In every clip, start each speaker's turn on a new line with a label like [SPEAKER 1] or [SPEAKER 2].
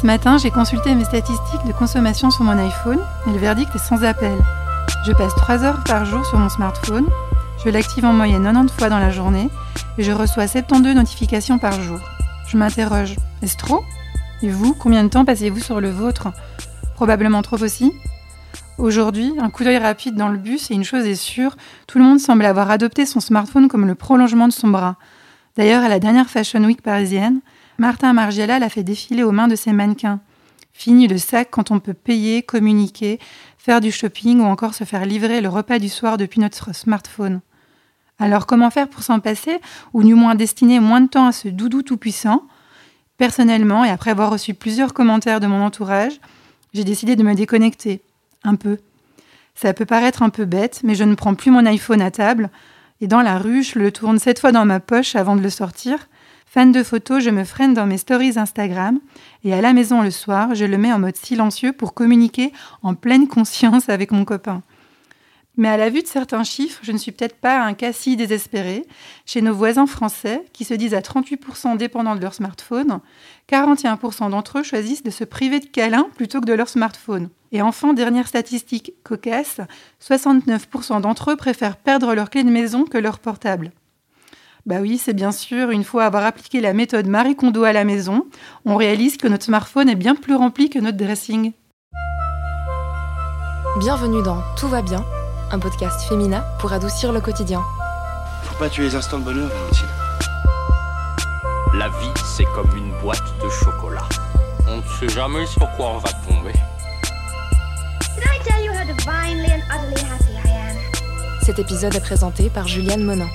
[SPEAKER 1] Ce matin, j'ai consulté mes statistiques de consommation sur mon iPhone et le verdict est sans appel. Je passe 3 heures par jour sur mon smartphone, je l'active en moyenne 90 fois dans la journée et je reçois 72 notifications par jour. Je m'interroge, est-ce trop ? Et vous, combien de temps passez-vous sur le vôtre ? Probablement trop aussi ? Aujourd'hui, un coup d'œil rapide dans le bus et une chose est sûre, tout le monde semble avoir adopté son smartphone comme le prolongement de son bras. D'ailleurs, à la dernière Fashion Week parisienne, Martin Margiela l'a fait défiler aux mains de ses mannequins. Fini le sac quand on peut payer, communiquer, faire du shopping ou encore se faire livrer le repas du soir depuis notre smartphone. Alors comment faire pour s'en passer, ou du moins destiner moins de temps à ce doudou tout-puissant ? Personnellement, et après avoir reçu plusieurs commentaires de mon entourage, j'ai décidé de me déconnecter. Un peu. Ça peut paraître un peu bête, mais je ne prends plus mon iPhone à table et dans la rue, je le tourne 7 fois dans ma poche avant de le sortir. Fan de photos, je me freine dans mes stories Instagram et à la maison le soir, je le mets en mode silencieux pour communiquer en pleine conscience avec mon copain. Mais à la vue de certains chiffres, je ne suis peut-être pas un cas si désespéré. Chez nos voisins français, qui se disent à 38% dépendants de leur smartphone, 41% d'entre eux choisissent de se priver de câlins plutôt que de leur smartphone. Et enfin, dernière statistique cocasse, 69% d'entre eux préfèrent perdre leur clé de maison que leur portable. Bah oui, c'est bien sûr, une fois avoir appliqué la méthode Marie Kondo à la maison, on réalise que notre smartphone est bien plus rempli que notre dressing.
[SPEAKER 2] Bienvenue dans Tout va bien, un podcast féminin pour adoucir le quotidien.
[SPEAKER 3] Faut pas tuer les instants de bonheur, Valentine.
[SPEAKER 4] La vie, c'est comme une boîte de chocolat. On ne sait jamais sur quoi on va tomber.
[SPEAKER 5] Did I tell you how divinely and utterly happy I am?
[SPEAKER 2] Cet épisode est présenté par Juliane Monin.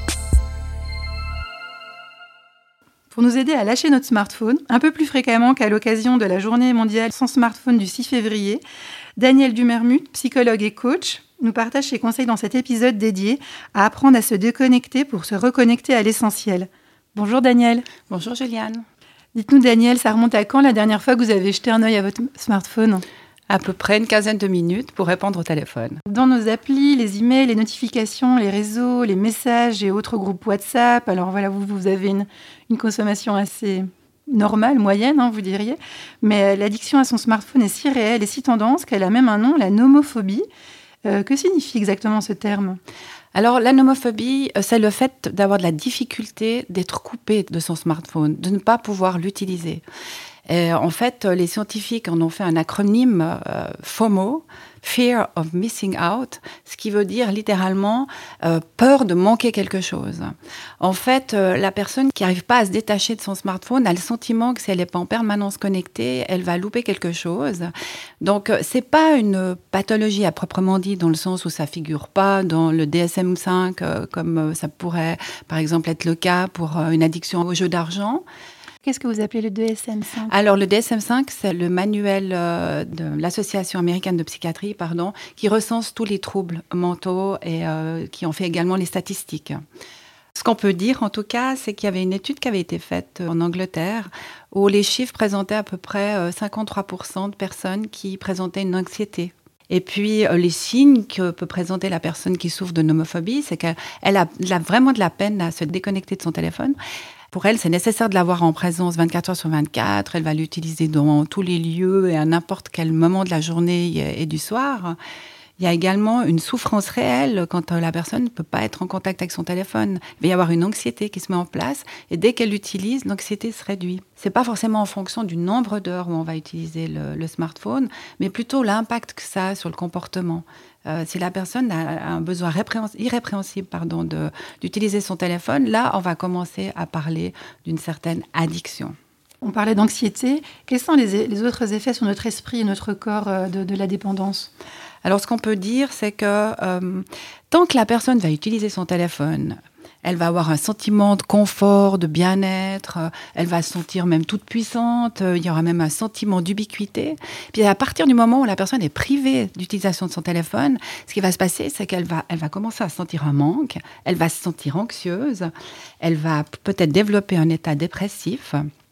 [SPEAKER 1] Pour nous aider à lâcher notre smartphone, un peu plus fréquemment qu'à l'occasion de la journée mondiale sans smartphone du 6 février, Daniel Dumermuth, psychologue et coach, nous partage ses conseils dans cet épisode dédié à apprendre à se déconnecter pour se reconnecter à l'essentiel. Bonjour Daniel.
[SPEAKER 6] Bonjour Juliane.
[SPEAKER 1] Dites-nous Daniel, ça remonte à quand la dernière fois que vous avez jeté un œil à votre smartphone ?
[SPEAKER 6] À peu près une quinzaine de minutes pour répondre au téléphone.
[SPEAKER 1] Dans nos applis, les emails, les notifications, les réseaux, les messages et autres groupes WhatsApp, alors voilà, vous avez une consommation assez normale, moyenne, vous diriez, mais l'addiction à son smartphone est si réelle et si tendance qu'elle a même un nom, la nomophobie. Que signifie exactement ce terme ?
[SPEAKER 6] Alors, la nomophobie, c'est le fait d'avoir de la difficulté d'être coupé de son smartphone, de ne pas pouvoir l'utiliser. Et en fait, les scientifiques en ont fait un acronyme FOMO, Fear of Missing Out, ce qui veut dire littéralement peur de manquer quelque chose. En fait, la personne qui n'arrive pas à se détacher de son smartphone a le sentiment que si elle n'est pas en permanence connectée, elle va louper quelque chose. Donc, c'est pas une pathologie à proprement dit, dans le sens où ça figure pas dans le DSM-5, comme ça pourrait, par exemple, être le cas pour une addiction au jeu d'argent.
[SPEAKER 1] Qu'est-ce que vous appelez le DSM-5 ?
[SPEAKER 6] Alors, le DSM-5, c'est le manuel de l'Association américaine de psychiatrie, qui recense tous les troubles mentaux et qui en fait également les statistiques. Ce qu'on peut dire, en tout cas, c'est qu'il y avait une étude qui avait été faite en Angleterre où les chiffres présentaient à peu près 53% de personnes qui présentaient une anxiété. Et puis, les signes que peut présenter la personne qui souffre de nomophobie, c'est qu'elle a vraiment de la peine à se déconnecter de son téléphone. Pour elle, c'est nécessaire de l'avoir en présence 24 heures sur 24. Elle va l'utiliser dans tous les lieux et à n'importe quel moment de la journée et du soir. Il y a également une souffrance réelle quand la personne ne peut pas être en contact avec son téléphone. Il va y avoir une anxiété qui se met en place et dès qu'elle l'utilise, l'anxiété se réduit. C'est pas forcément en fonction du nombre d'heures où on va utiliser le smartphone, mais plutôt l'impact que ça a sur le comportement. Si la personne a un besoin irrépréhensible d'utiliser son téléphone, là, on va commencer à parler d'une certaine addiction.
[SPEAKER 1] On parlait d'anxiété. Quels sont les autres effets sur notre esprit et notre corps de la dépendance ?
[SPEAKER 6] Alors, ce qu'on peut dire, c'est que tant que la personne va utiliser son téléphone, elle va avoir un sentiment de confort, de bien-être, elle va se sentir même toute puissante, il y aura même un sentiment d'ubiquité. Puis à partir du moment où la personne est privée d'utilisation de son téléphone, ce qui va se passer, c'est qu'elle va commencer à sentir un manque, elle va se sentir anxieuse, elle va peut-être développer un état dépressif.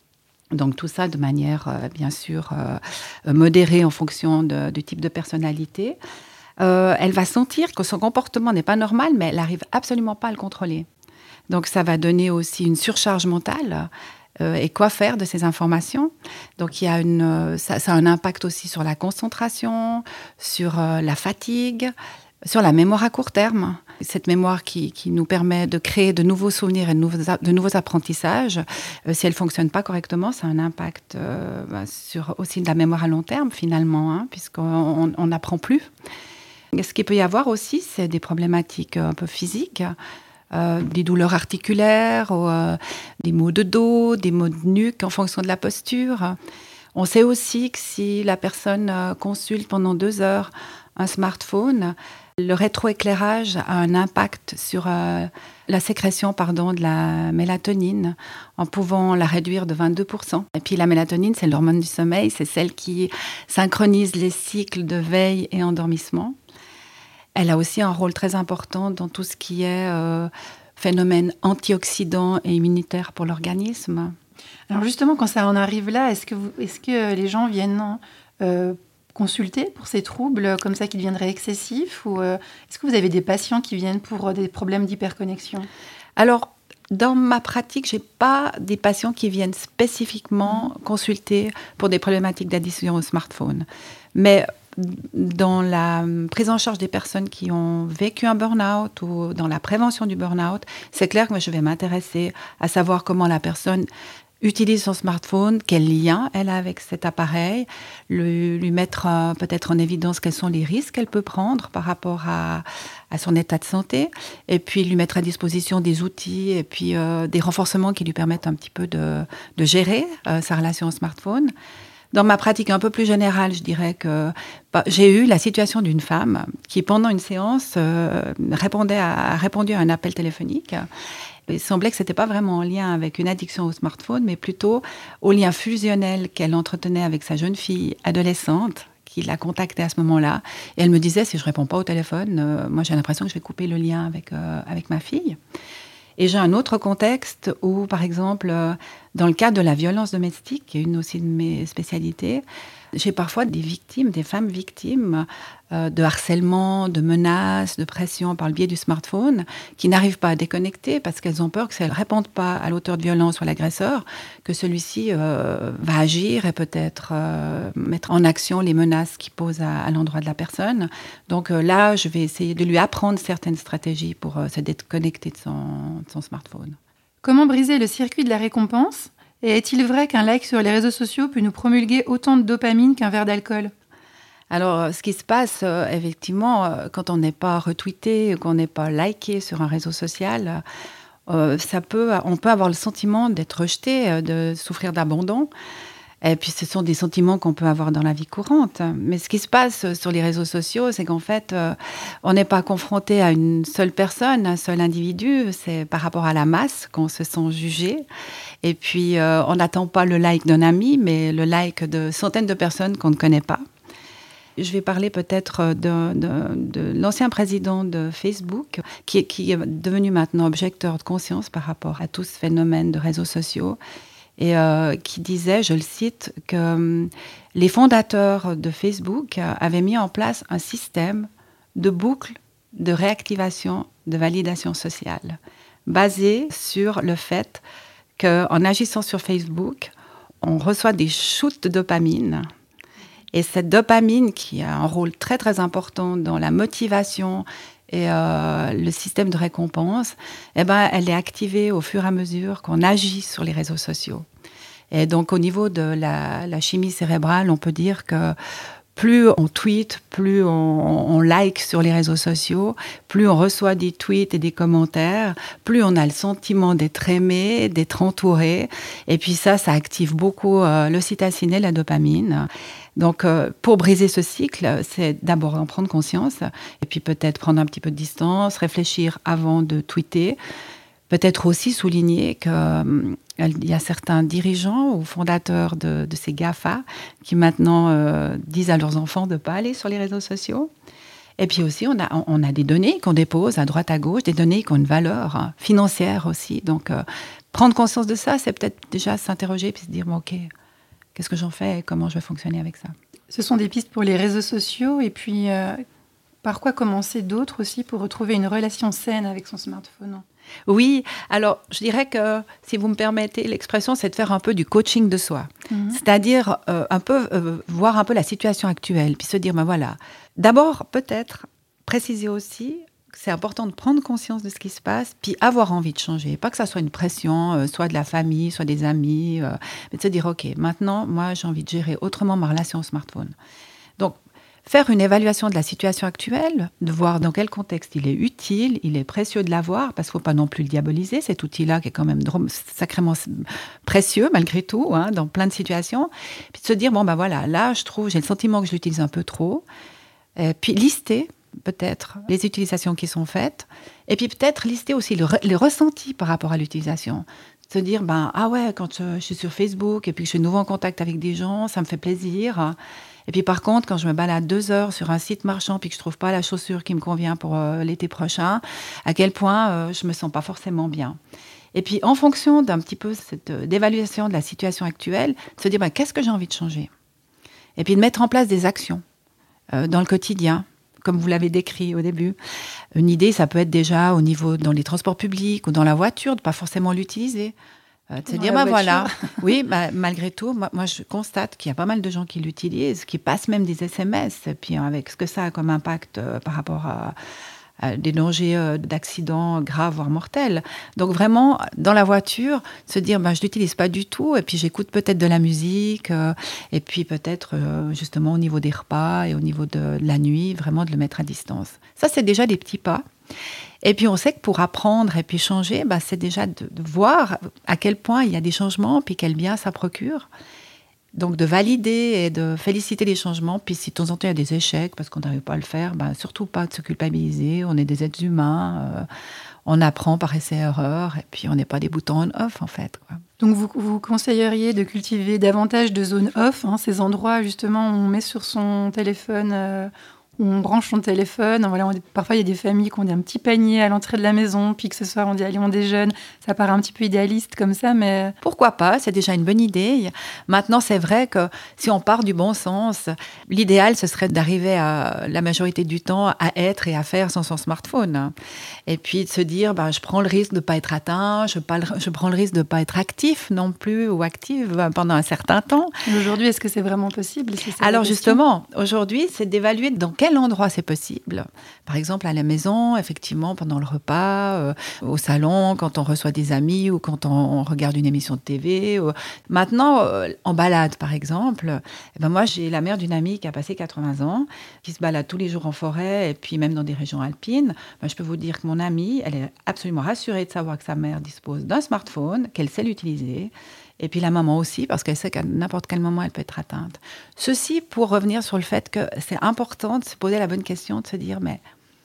[SPEAKER 6] Donc tout ça de manière, bien sûr, modérée en fonction du type de personnalité. Elle va sentir que son comportement n'est pas normal, mais elle n'arrive absolument pas à le contrôler. Donc ça va donner aussi une surcharge mentale et quoi faire de ces informations. Donc, ça a un impact aussi sur la concentration, sur la fatigue, sur la mémoire à court terme. Cette mémoire qui nous permet de créer de nouveaux souvenirs et de nouveaux apprentissages, si elle ne fonctionne pas correctement, ça a un impact sur aussi de la mémoire à long terme, finalement, puisqu'on n'apprend plus. Ce qu'il peut y avoir aussi, c'est des problématiques un peu physiques, des douleurs articulaires, des maux de dos, des maux de nuque en fonction de la posture. On sait aussi que si la personne consulte pendant 2 heures un smartphone, le rétroéclairage a un impact sur la sécrétion de la mélatonine, en pouvant la réduire de 22%. Et puis la mélatonine, c'est l'hormone du sommeil, c'est celle qui synchronise les cycles de veille et endormissement. Elle a aussi un rôle très important dans tout ce qui est phénomène antioxydant et immunitaire pour l'organisme.
[SPEAKER 1] Alors justement, quand ça en arrive là, est-ce que les gens viennent consulter pour ces troubles comme ça qui deviendraient excessifs, ou est-ce que vous avez des patients qui viennent pour des problèmes d'hyperconnexion ?
[SPEAKER 6] Alors, dans ma pratique, je n'ai pas des patients qui viennent spécifiquement consulter pour des problématiques d'addiction au smartphone. Mais dans la prise en charge des personnes qui ont vécu un burn-out ou dans la prévention du burn-out, c'est clair que moi, je vais m'intéresser à savoir comment la personne utilise son smartphone, quel lien elle a avec cet appareil, lui mettre peut-être en évidence quels sont les risques qu'elle peut prendre par rapport à son état de santé, et puis lui mettre à disposition des outils et puis des renforcements qui lui permettent un petit peu de gérer sa relation au smartphone. Dans ma pratique un peu plus générale, je dirais que j'ai eu la situation d'une femme qui, pendant une séance, a répondu à un appel téléphonique. Il semblait que ce n'était pas vraiment en lien avec une addiction au smartphone, mais plutôt au lien fusionnel qu'elle entretenait avec sa jeune fille adolescente, qui l'a contactée à ce moment-là. Et elle me disait, si je ne réponds pas au téléphone, moi j'ai l'impression que je vais couper le lien avec ma fille. Et j'ai un autre contexte où, par exemple, dans le cadre de la violence domestique, qui est une aussi de mes spécialités, j'ai parfois des femmes victimes de harcèlement, de menaces, de pression par le biais du smartphone, qui n'arrivent pas à déconnecter parce qu'elles ont peur que si elles ne répondent pas à l'auteur de violence ou à l'agresseur, que celui-ci va agir et peut-être mettre en action les menaces qu'il pose à l'endroit de la personne. Donc là, je vais essayer de lui apprendre certaines stratégies pour se déconnecter de son smartphone.
[SPEAKER 1] Comment briser le circuit de la récompense ? Et est-il vrai qu'un like sur les réseaux sociaux peut nous promulguer autant de dopamine qu'un verre d'alcool ?
[SPEAKER 6] Alors, ce qui se passe, effectivement, quand on n'est pas retweeté, qu'on n'est pas liké sur un réseau social, on peut avoir le sentiment d'être rejeté, de souffrir d'abandon. Et puis, ce sont des sentiments qu'on peut avoir dans la vie courante. Mais ce qui se passe sur les réseaux sociaux, c'est qu'en fait, on n'est pas confronté à une seule personne, un seul individu. C'est par rapport à la masse qu'on se sent jugé. Et puis, on n'attend pas le like d'un ami, mais le like de centaines de personnes qu'on ne connaît pas. Je vais parler peut-être de l'ancien président de Facebook, qui est devenu maintenant objecteur de conscience par rapport à tout ce phénomène de réseaux sociaux, et qui disait, je le cite, que les fondateurs de Facebook avaient mis en place un système de boucle de réactivation de validation sociale, basé sur le fait qu'en agissant sur Facebook, on reçoit des shoots de dopamine. Et cette dopamine, qui a un rôle très très important dans la motivation et le système de récompense, elle est activée au fur et à mesure qu'on agit sur les réseaux sociaux. Et donc au niveau de la chimie cérébrale, on peut dire que plus on tweet, plus on like sur les réseaux sociaux, plus on reçoit des tweets et des commentaires, plus on a le sentiment d'être aimé, d'être entouré. Et puis ça active beaucoup l'ocytocine et la dopamine. Donc, pour briser ce cycle, c'est d'abord en prendre conscience et puis peut-être prendre un petit peu de distance, réfléchir avant de tweeter. Peut-être aussi souligner qu'il y a certains dirigeants ou fondateurs de ces GAFA qui maintenant disent à leurs enfants de ne pas aller sur les réseaux sociaux. Et puis aussi, on a des données qu'on dépose à droite à gauche, des données qui ont une valeur financière aussi. Donc, prendre conscience de ça, c'est peut-être déjà s'interroger puis se dire, bon, OK, qu'est-ce que j'en fais et comment je vais fonctionner avec ça ?
[SPEAKER 1] Ce sont des pistes pour les réseaux sociaux. Et puis, par quoi commencer d'autre aussi pour retrouver une relation saine avec son smartphone ?
[SPEAKER 6] Oui, alors je dirais que, si vous me permettez l'expression, c'est de faire un peu du coaching de soi. C'est-à-dire voir un peu la situation actuelle, puis se dire, voilà, d'abord peut-être préciser aussi que c'est important de prendre conscience de ce qui se passe, puis avoir envie de changer. Pas que ça soit une pression, soit de la famille, soit des amis, mais de se dire, OK, maintenant, moi j'ai envie de gérer autrement ma relation au smartphone. Donc, faire une évaluation de la situation actuelle, de voir dans quel contexte il est utile, il est précieux de l'avoir, parce qu'il ne faut pas non plus le diaboliser, cet outil-là qui est quand même sacrément précieux malgré tout, dans plein de situations. Puis de se dire, voilà, là, j'ai le sentiment que je l'utilise un peu trop. Puis lister peut-être les utilisations qui sont faites. Et puis peut-être lister aussi les ressentis par rapport à l'utilisation. Se dire, quand je suis sur Facebook et puis que je suis de nouveau en contact avec des gens, ça me fait plaisir. Et puis par contre, quand je me balade 2 heures sur un site marchand puis que je trouve pas la chaussure qui me convient pour l'été prochain, à quel point je me sens pas forcément bien. Et puis en fonction d'un petit peu d'évaluation de la situation actuelle, se dire qu'est-ce que j'ai envie de changer. Et puis de mettre en place des actions dans le quotidien, comme vous l'avez décrit au début. Une idée, ça peut être déjà au niveau dans les transports publics ou dans la voiture, de pas forcément l'utiliser. De se dire, voilà, oui, malgré tout, moi je constate qu'il y a pas mal de gens qui l'utilisent, qui passent même des SMS, et puis avec ce que ça a comme impact par rapport à des dangers d'accidents graves, voire mortels. Donc vraiment, dans la voiture, se dire, je l'utilise pas du tout, et puis j'écoute peut-être de la musique, et puis peut-être justement au niveau des repas et au niveau de la nuit, vraiment de le mettre à distance. Ça, c'est déjà des petits pas. Et puis on sait que pour apprendre et puis changer, c'est déjà de voir à quel point il y a des changements, puis quel bien ça procure. Donc de valider et de féliciter les changements, puis si de temps en temps il y a des échecs parce qu'on n'arrive pas à le faire, surtout pas de se culpabiliser, on est des êtres humains, on apprend par essai-erreur, et puis on n'est pas des boutons on-off en fait, quoi.
[SPEAKER 1] Donc vous conseilleriez de cultiver davantage de zones off, ces endroits justement où on met sur son téléphone... où on branche son téléphone. Voilà, parfois, il y a des familles qui ont un petit panier à l'entrée de la maison, puis que ce soir, on dit « allez, on déjeune ». Ça paraît un petit peu idéaliste comme ça, mais...
[SPEAKER 6] Pourquoi pas ? C'est déjà une bonne idée. Maintenant, c'est vrai que si on part du bon sens, l'idéal, ce serait d'arriver à la majorité du temps à être et à faire sans son smartphone. Et puis de se dire, je prends le risque de ne pas être atteint, je prends le risque de ne pas être actif non plus, ou active pendant un certain temps.
[SPEAKER 1] Mais aujourd'hui, est-ce que c'est vraiment possible ?
[SPEAKER 6] Alors justement, aujourd'hui, c'est d'évaluer dans quel endroit c'est possible. Par exemple, à la maison, effectivement, pendant le repas, au salon, quand on reçoit des amis ou quand on regarde une émission de TV. Maintenant, en balade, par exemple, moi, j'ai la mère d'une amie qui a passé 80 ans, qui se balade tous les jours en forêt et puis même dans des régions alpines. Je peux vous dire que mon amie, elle est absolument rassurée de savoir que sa mère dispose d'un smartphone, qu'elle sait l'utiliser. Et puis la maman aussi, parce qu'elle sait qu'à n'importe quel moment, elle peut être atteinte. Ceci pour revenir sur le fait que c'est important de se poser la bonne question, de se dire, mais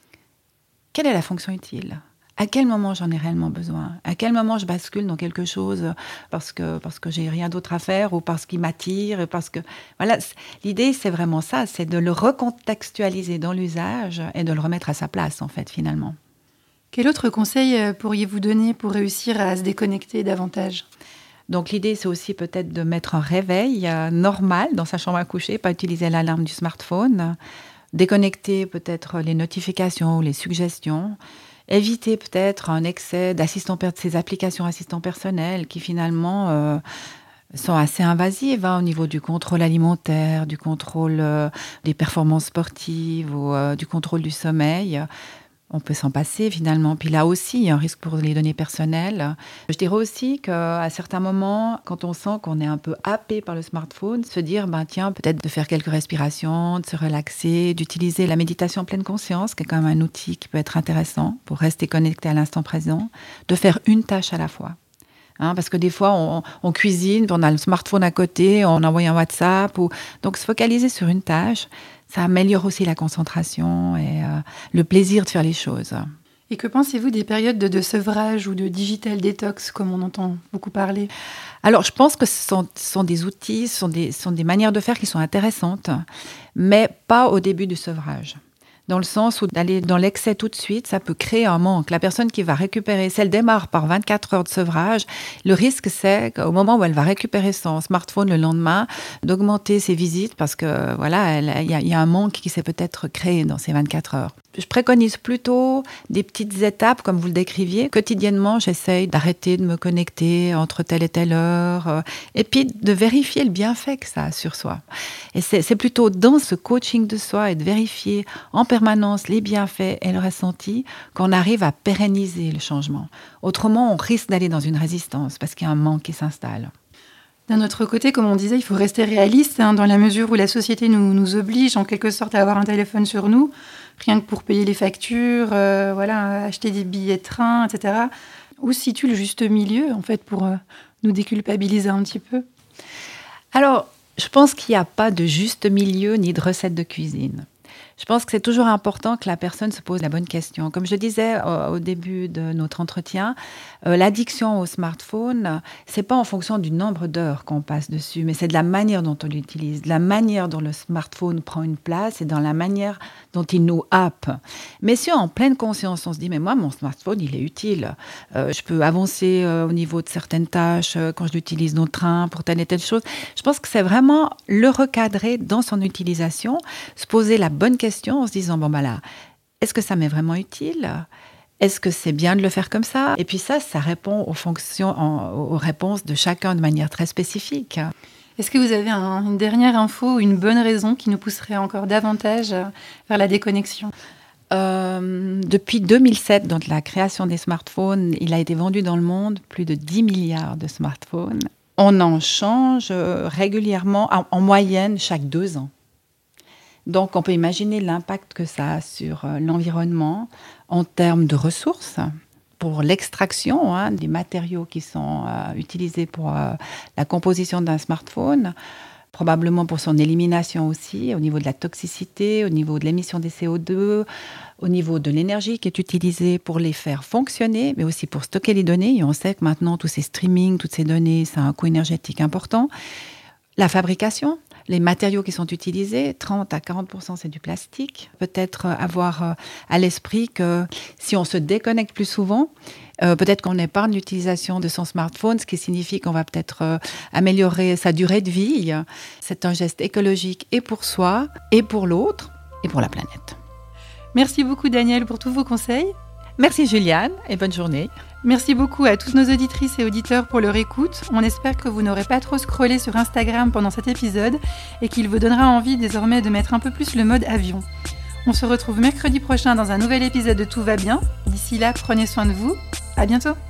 [SPEAKER 6] quelle est la fonction utile ? À quel moment j'en ai réellement besoin ? À quel moment je bascule dans quelque chose parce que j'ai rien d'autre à faire ou parce qu'il m'attire ? Voilà, l'idée, c'est vraiment ça, c'est de le recontextualiser dans l'usage et de le remettre à sa place, en fait, finalement.
[SPEAKER 1] Quel autre conseil pourriez-vous donner pour réussir à se déconnecter davantage ?
[SPEAKER 6] Donc l'idée, c'est aussi peut-être de mettre un réveil normal dans sa chambre à coucher, pas utiliser l'alarme du smartphone, déconnecter peut-être les notifications ou les suggestions, éviter peut-être un excès ces applications assistants personnels qui finalement sont assez invasives au niveau du contrôle alimentaire, du contrôle des performances sportives ou du contrôle du sommeil. On peut s'en passer finalement. Puis là aussi, il y a un risque pour les données personnelles. Je dirais aussi qu'à certains moments, quand on sent qu'on est un peu happé par le smartphone, se dire, tiens, peut-être de faire quelques respirations, de se relaxer, d'utiliser la méditation en pleine conscience, qui est quand même un outil qui peut être intéressant pour rester connecté à l'instant présent, de faire une tâche à la fois. Parce que des fois, on cuisine, puis on a le smartphone à côté, on envoie un WhatsApp. Donc, se focaliser sur une tâche, ça améliore aussi la concentration et le plaisir de faire les choses.
[SPEAKER 1] Et que pensez-vous des périodes de sevrage ou de digital détox, comme on entend beaucoup parler ?
[SPEAKER 6] Alors, je pense que ce sont des outils, ce sont des manières de faire qui sont intéressantes, mais pas au début du sevrage. dans le sens où d'aller dans l'excès tout de suite, ça peut créer un manque. La personne qui va récupérer, si elle démarre par 24 heures de sevrage, le risque, c'est qu'au moment où elle va récupérer son smartphone le lendemain, d'augmenter ses visites parce que voilà, il y a un manque qui s'est peut-être créé dans ces 24 heures. Je préconise plutôt des petites étapes, comme vous le décriviez. Quotidiennement, j'essaye d'arrêter de me connecter entre telle et telle heure, et puis de vérifier le bienfait que ça a sur soi. Et c'est plutôt dans ce coaching de soi et de vérifier en permanence les bienfaits et le ressenti qu'on arrive à pérenniser le changement. Autrement, on risque d'aller dans une résistance parce qu'il y a un manque qui s'installe.
[SPEAKER 1] D'un autre côté, comme on disait, il faut rester réaliste dans la mesure où la société nous oblige en quelque sorte à avoir un téléphone sur nous, rien que pour payer les factures, acheter des billets de train, etc. Où se situe le juste milieu, en fait, pour nous déculpabiliser un petit peu ?
[SPEAKER 6] Alors, je pense qu'il n'y a pas de juste milieu ni de recette de cuisine. Je pense que c'est toujours important que la personne se pose la bonne question. Comme je le disais au début de notre entretien, l'addiction au smartphone, c'est pas en fonction du nombre d'heures qu'on passe dessus, mais c'est de la manière dont on l'utilise, de la manière dont le smartphone prend une place et dans la manière dont il nous happe. Mais si en pleine conscience, on se dit, mais moi, mon smartphone, il est utile. Je peux avancer au niveau de certaines tâches quand je l'utilise dans le train pour telle et telle chose. Je pense que c'est vraiment le recadrer dans son utilisation, se poser la bonne question en se disant, est-ce que ça m'est vraiment utile ? Est-ce que c'est bien de le faire comme ça ? Et puis ça répond aux réponses de chacun de manière très spécifique.
[SPEAKER 1] Est-ce que vous avez une dernière info ou une bonne raison qui nous pousserait encore davantage vers la déconnexion ?
[SPEAKER 6] Depuis 2007, donc la création des smartphones, il a été vendu dans le monde plus de 10 milliards de smartphones. On en change régulièrement, en moyenne, chaque 2 ans. Donc, on peut imaginer l'impact que ça a sur l'environnement en termes de ressources, pour l'extraction des matériaux qui sont utilisés pour la composition d'un smartphone, probablement pour son élimination aussi, au niveau de la toxicité, au niveau de l'émission des CO2, au niveau de l'énergie qui est utilisée pour les faire fonctionner, mais aussi pour stocker les données. Et on sait que maintenant, tous ces streamings, toutes ces données, ça a un coût énergétique important. La fabrication, les matériaux qui sont utilisés, 30 à 40%, c'est du plastique. Peut-être avoir à l'esprit que si on se déconnecte plus souvent, peut-être qu'on épargne l'utilisation de son smartphone, ce qui signifie qu'on va peut-être améliorer sa durée de vie. C'est un geste écologique et pour soi, et pour l'autre, et pour la planète.
[SPEAKER 1] Merci beaucoup Danielle pour tous vos conseils.
[SPEAKER 6] Merci Juliane et bonne journée.
[SPEAKER 1] Merci beaucoup à tous nos auditrices et auditeurs pour leur écoute. On espère que vous n'aurez pas trop scrollé sur Instagram pendant cet épisode et qu'il vous donnera envie désormais de mettre un peu plus le mode avion. On se retrouve mercredi prochain dans un nouvel épisode de Tout va bien. D'ici là, prenez soin de vous. À bientôt.